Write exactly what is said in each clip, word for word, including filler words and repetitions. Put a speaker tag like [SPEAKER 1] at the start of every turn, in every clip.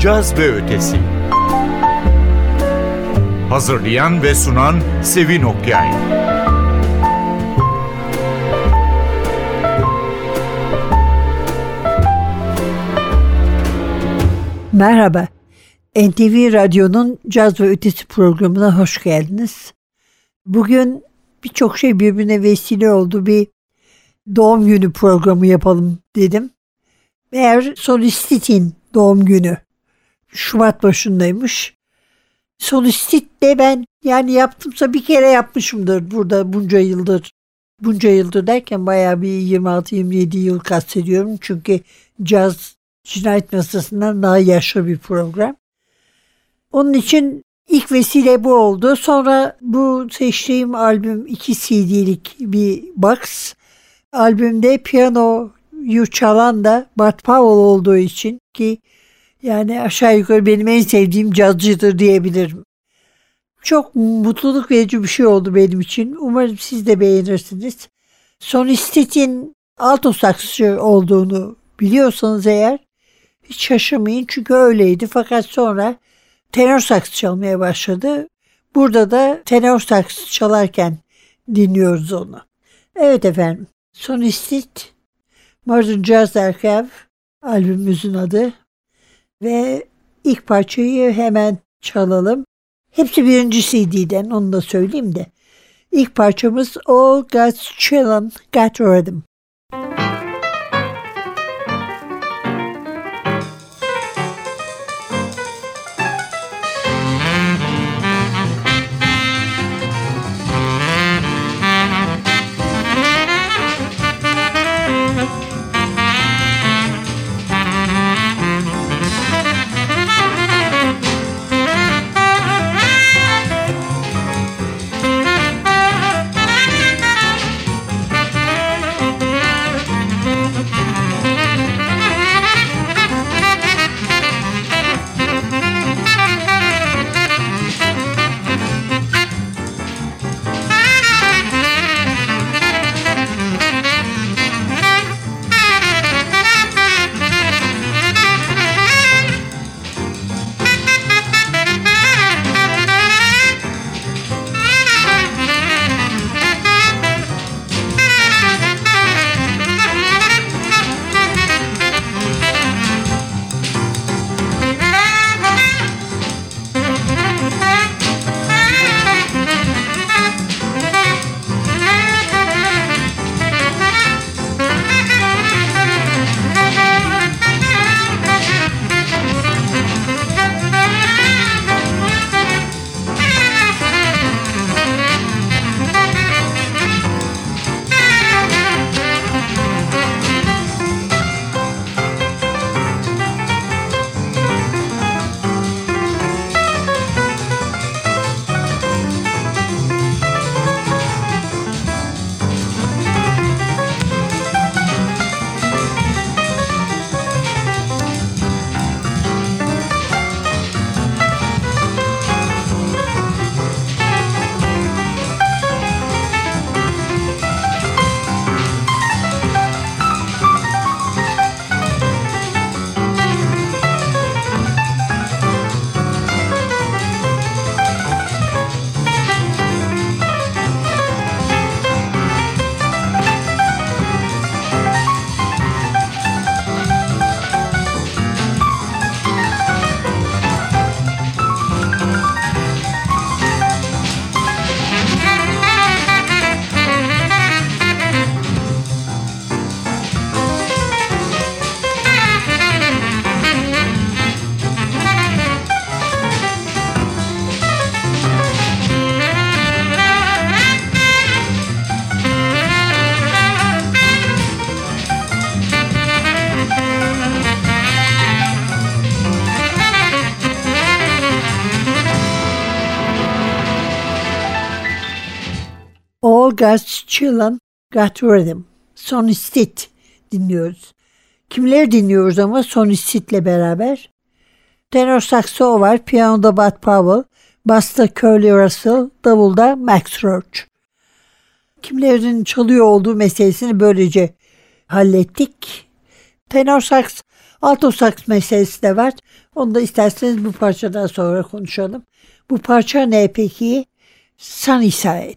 [SPEAKER 1] Caz ve Ötesi. Hazırlayan ve sunan Sevin Okyay.
[SPEAKER 2] Merhaba, N T V Radyo'nun Caz ve Ötesi programına hoş geldiniz. Bugün birçok şey birbirine vesile oldu. Bir doğum günü programı yapalım dedim. Meğer Solistik'in doğum günü Şubat başındaymış. Solistik de ben yani yaptımsa bir kere yapmışımdır burada bunca yıldır. Bunca yıldır derken bayağı bir yirmi altı yirmi yedi yıl kastediyorum. Çünkü caz Cinayet Masası'ndan daha yaşlı bir program. Onun için ilk vesile bu oldu. Sonra bu seçtiğim albüm iki C D'lik bir box. Albümde piyanoyu çalan da Bud Powell olduğu için ki yani aşağı yukarı benim en sevdiğim cazcıdır diyebilirim. Çok mutluluk verici bir şey oldu benim için. Umarım siz de beğenirsiniz. Solistik'in alto saksçı olduğunu biliyorsanız eğer hiç şaşırmayın çünkü öyleydi. Fakat sonra tenor saks çalmaya başladı. Burada da tenor saks çalarken dinliyoruz onu. Evet efendim. Solistik Modern Jazz Archive albümümüzün adı. Ve ilk parçayı hemen çalalım. Hepsi birinci C D'den, onu da söyleyeyim de. İlk parçamız All God's Children Got Rhythm. All God's Children Got Rhythm. Solistik dinliyoruz. Kimleri dinliyoruz ama Solistik'le beraber? Tenor sakso var, piyanoda Bud Powell, basta Curly Russell, davulda Max Roach. Kimlerin çalıyor olduğu meselesini böylece hallettik. Tenor saks alto saks meselesi de var. Onu da isterseniz bu parçadan sonra konuşalım. Bu parça ne peki? Sunny Side.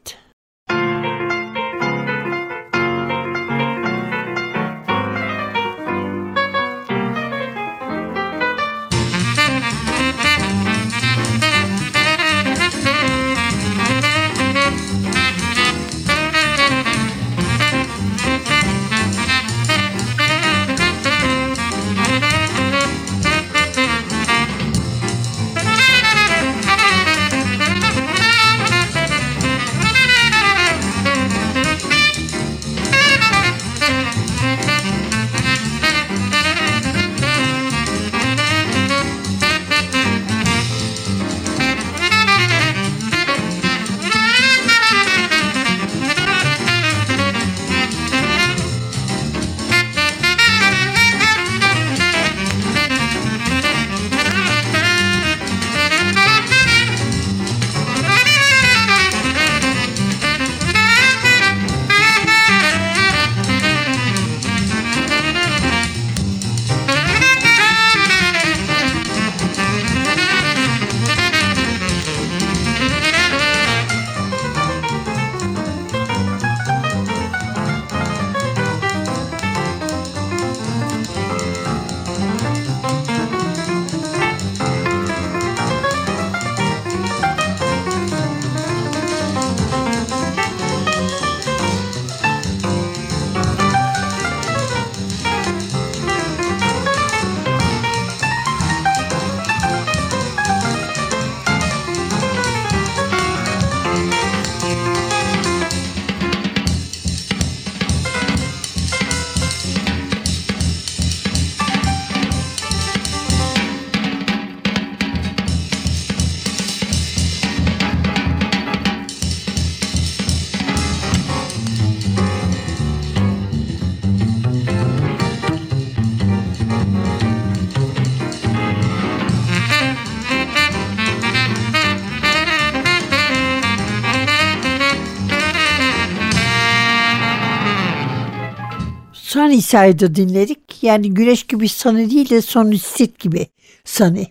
[SPEAKER 2] Sunny Side'ı dinledik. Yani güneş gibi Sunny değil de Sunny Side gibi Sunny.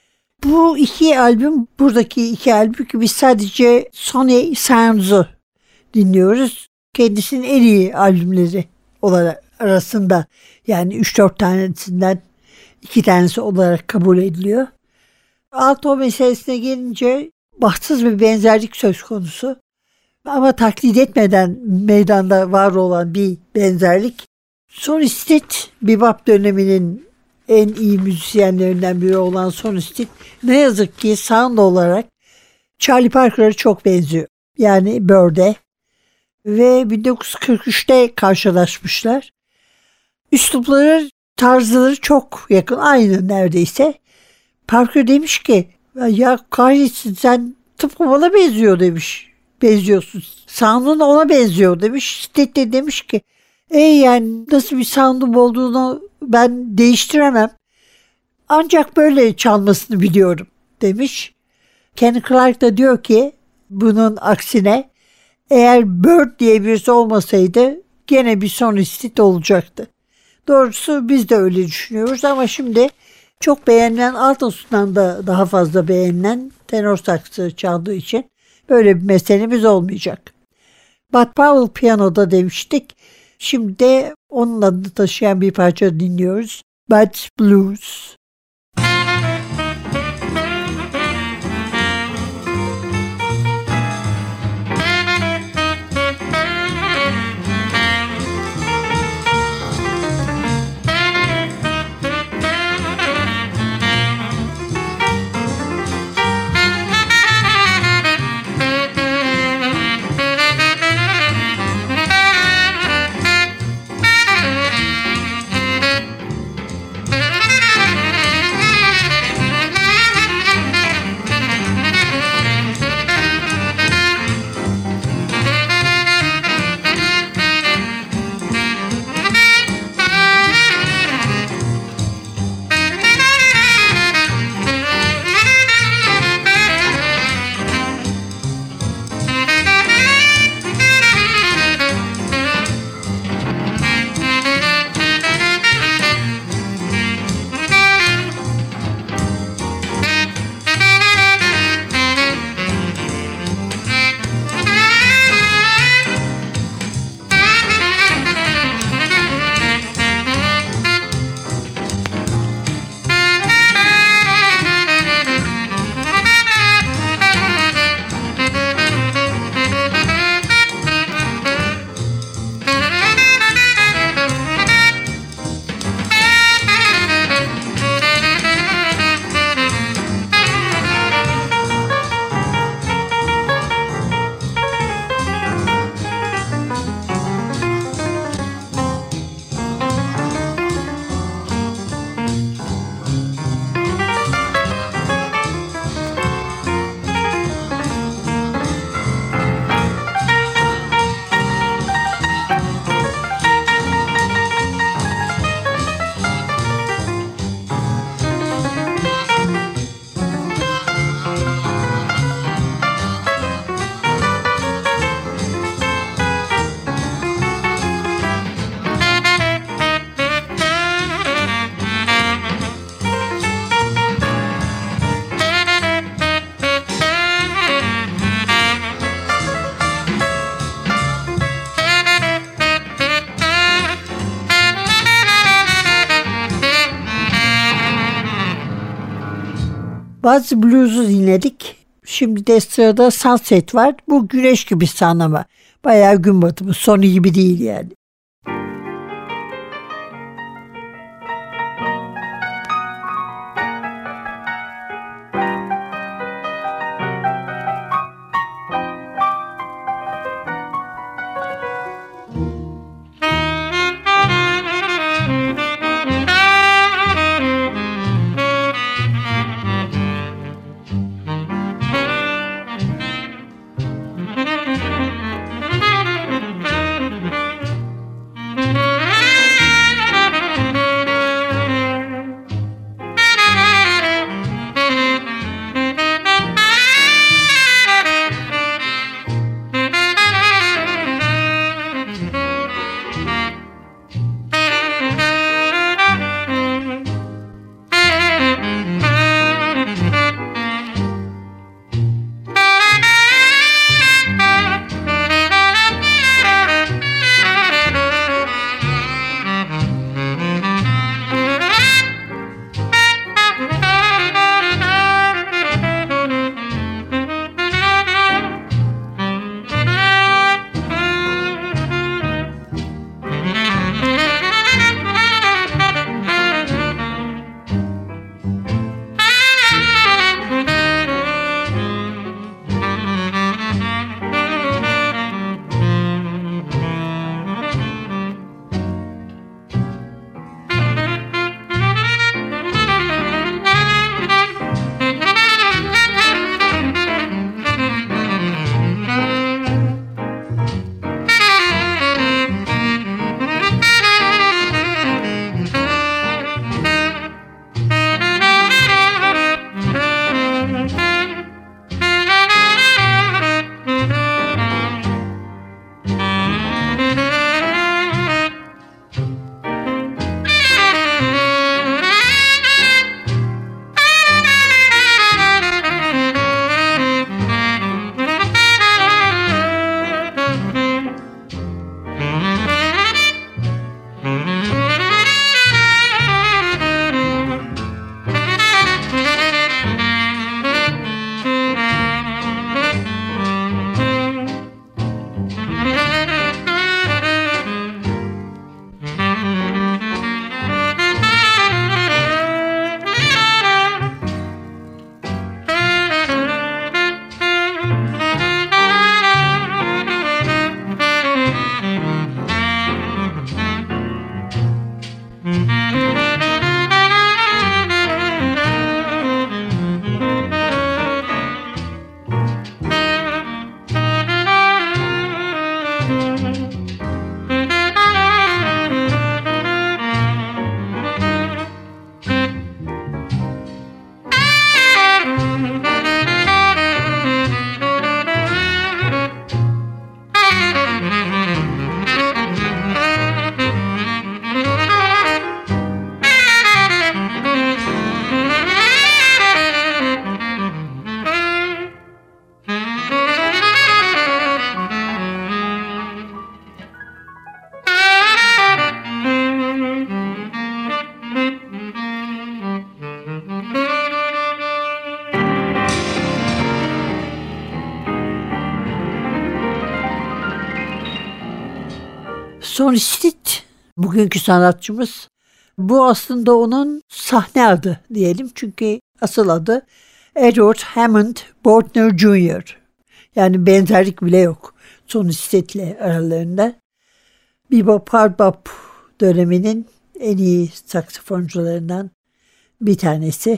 [SPEAKER 2] Bu iki albüm, buradaki iki albüm gibi sadece Sunny Sounds'u dinliyoruz. Kendisinin en iyi albümleri olarak arasında, yani üç dört tanesinden iki tanesi olarak kabul ediliyor. Alto meselesine gelince bahtsız bir benzerlik söz konusu. Ama taklit etmeden meydanda var olan bir benzerlik. Sonny Stitt, bebop döneminin en iyi müzisyenlerinden biri olan Sonny Stitt ne yazık ki sound olarak Charlie Parker'a çok benziyor. Yani Bird'e. Ve bin dokuz yüz kırk üçte karşılaşmışlar. Üslupları, tarzları çok yakın, aynı neredeyse. Parker demiş ki, ya kahretsin sen tıpkı bana benziyor demiş. Benziyorsun. Sound'un ona benziyor demiş. Stitt de demiş ki, e yani nasıl bir sound'um olduğunu ben değiştiremem. Ancak böyle çalmasını biliyorum demiş. Kenny Clark da diyor ki bunun aksine eğer Bird diye birisi olmasaydı gene bir Sonny Stitt olacaktı. Doğrusu biz de öyle düşünüyoruz ama şimdi çok beğenilen, altosundan da daha fazla beğenilen tenor saksı çaldığı için böyle bir meselemiz olmayacak. Bud Powell piyanoda demiştik. Şimdi de onun adını taşıyan bir parça dinliyoruz. Bud's Blues. Bazı blues'u dinledik. Şimdi de sırada Sunset var. Bu güneş gibi san ama. Bayağı gün batımı, sonu gibi değil yani. Sonny Stitt bugünkü sanatçımız. Bu aslında onun sahne adı diyelim. Çünkü asıl adı Edward Hammond Boultner Junior Yani benzerlik bile yok Sonny Stitt'le aralarında. Bebop Hard Bop döneminin en iyi saksafoncularından bir tanesi.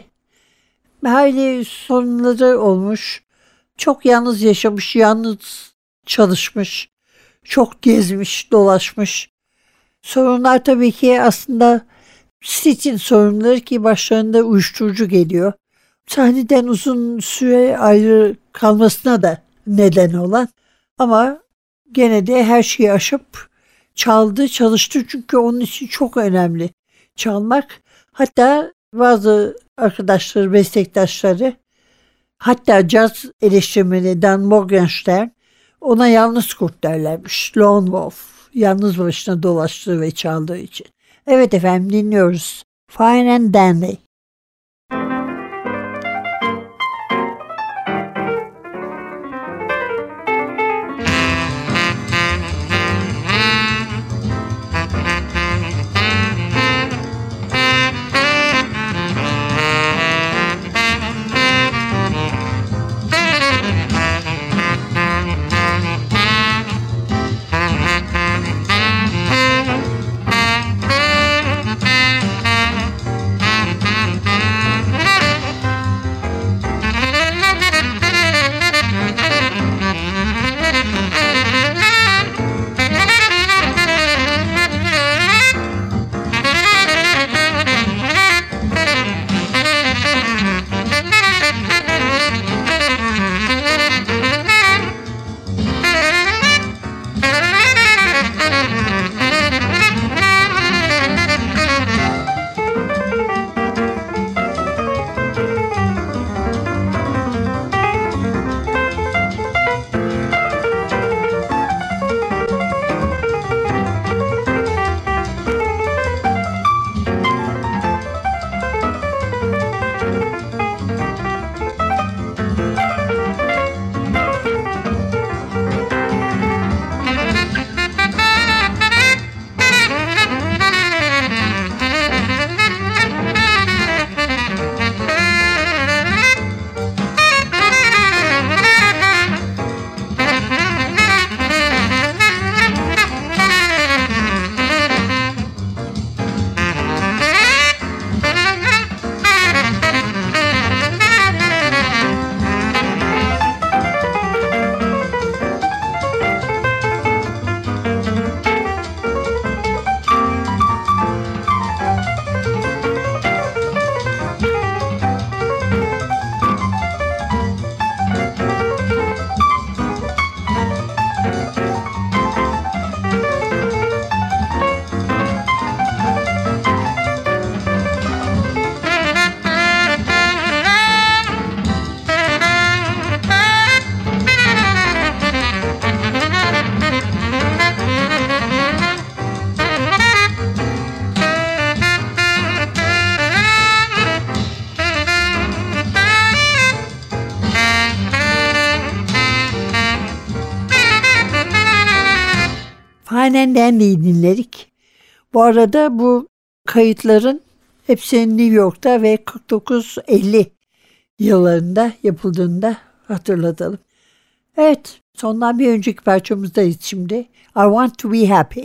[SPEAKER 2] Hayli sorunları olmuş. Çok yalnız yaşamış, yalnız çalışmış. Çok gezmiş, dolaşmış. Sorunlar tabii ki aslında Stitt'in sorunları ki başlarında uyuşturucu geliyor. Sahneden uzun süre ayrı kalmasına da neden olan. Ama gene de her şeyi aşıp çaldı, çalıştı çünkü onun için çok önemli çalmak. Hatta bazı arkadaşları, meslektaşları, hatta caz eleştirmeni Dan Morgenstern ona yalnız kurt derlermiş. Lone Wolf. Yalnız başına dolaştığı ve çaldığı için. Evet efendim, dinliyoruz. Fine and Dandy. Fine and Dandy'yi dinledik. Bu arada bu kayıtların hepsinin New York'ta ve kırk dokuz elli yıllarında yapıldığını da hatırlatalım. Evet, sondan bir önceki parçamızdayız şimdi. I Want to Be Happy.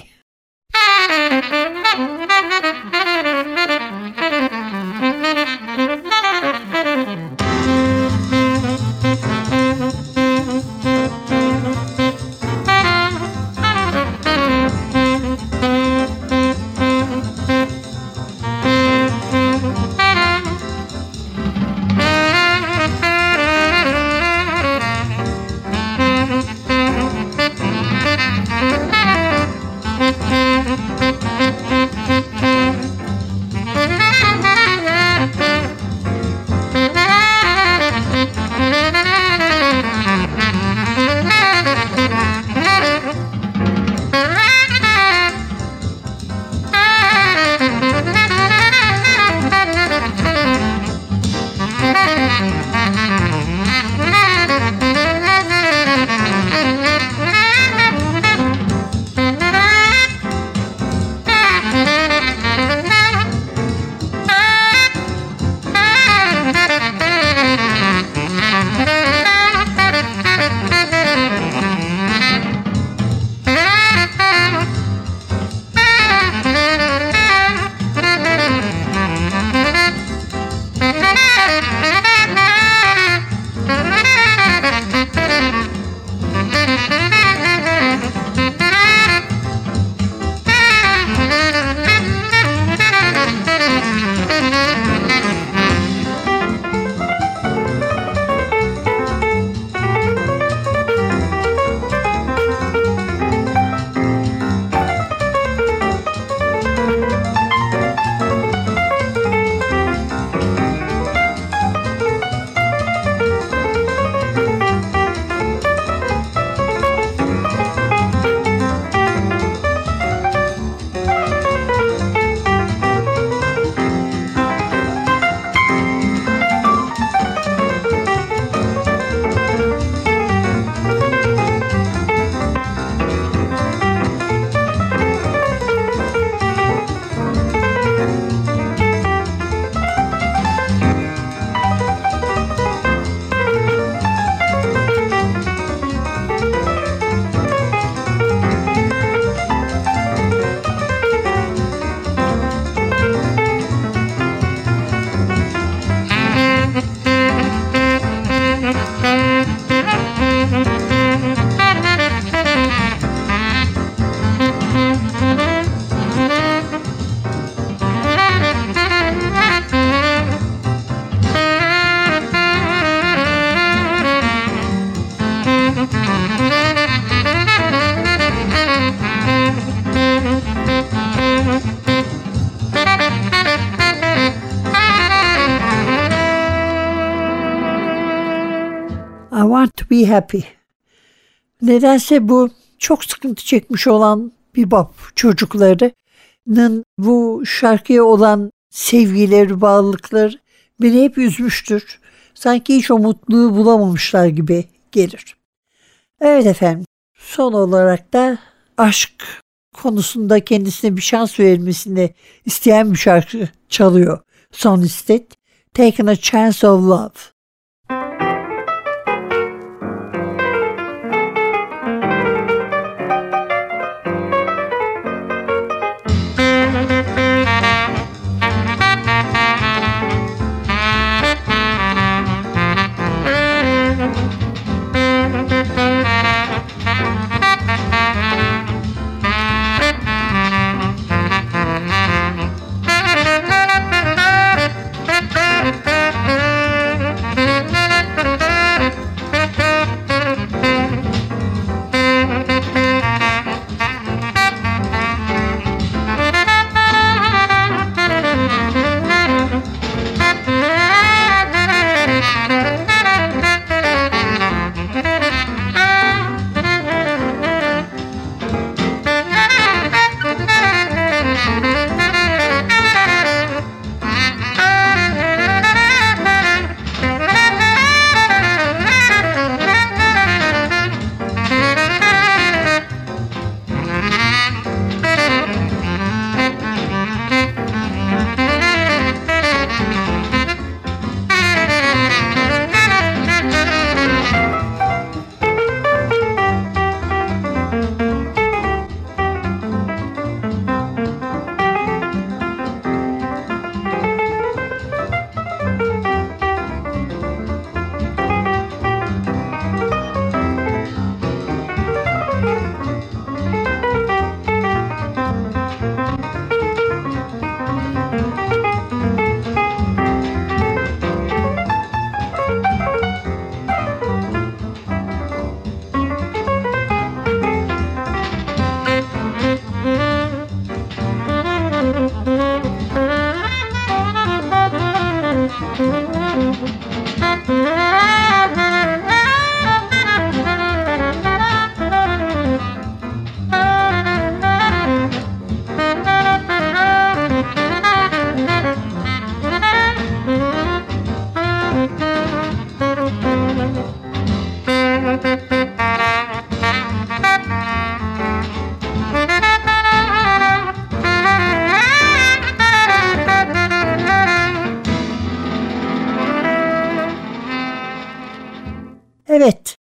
[SPEAKER 2] I want to be happy. Nedense bu çok sıkıntı çekmiş olan bebop çocuklarının bu şarkıya olan sevgileri, bağlılıkları beni hep üzmüştür. Sanki hiç o mutluluğu bulamamışlar gibi gelir. Evet efendim, son olarak da aşk konusunda kendisine bir şans verilmesini isteyen bir şarkı çalıyor Sonny Stitt. Taking a Chance of Love.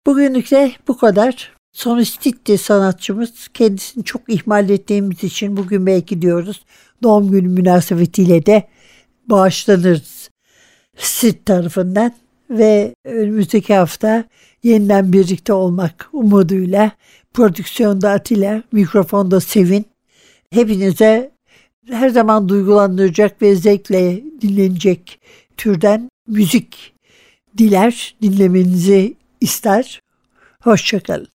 [SPEAKER 2] Bugünlük de bu kadar. Sonistitti sanatçımız. Kendisini çok ihmal ettiğimiz için bugün belki diyoruz doğum günü münasebetiyle de bağışlanırız Sid tarafından ve önümüzdeki hafta yeniden birlikte olmak umuduyla prodüksiyonda Atilla, mikrofonda Sevin. Hepinize her zaman duygulandıracak ve zevkle dinlenecek türden müzik diler, dinlemenizi ister. Hoşçakalın.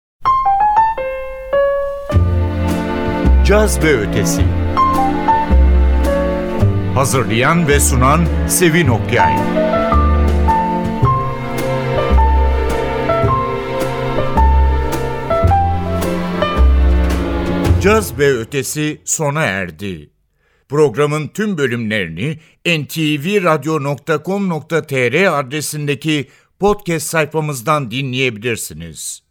[SPEAKER 1] Caz ve Ötesi. Hazırlayan ve sunan Sevin Okyay. Caz ve Ötesi sona erdi. Programın tüm bölümlerini en te ve radyo nokta com nokta te er adresindeki podcast sayfamızdan dinleyebilirsiniz.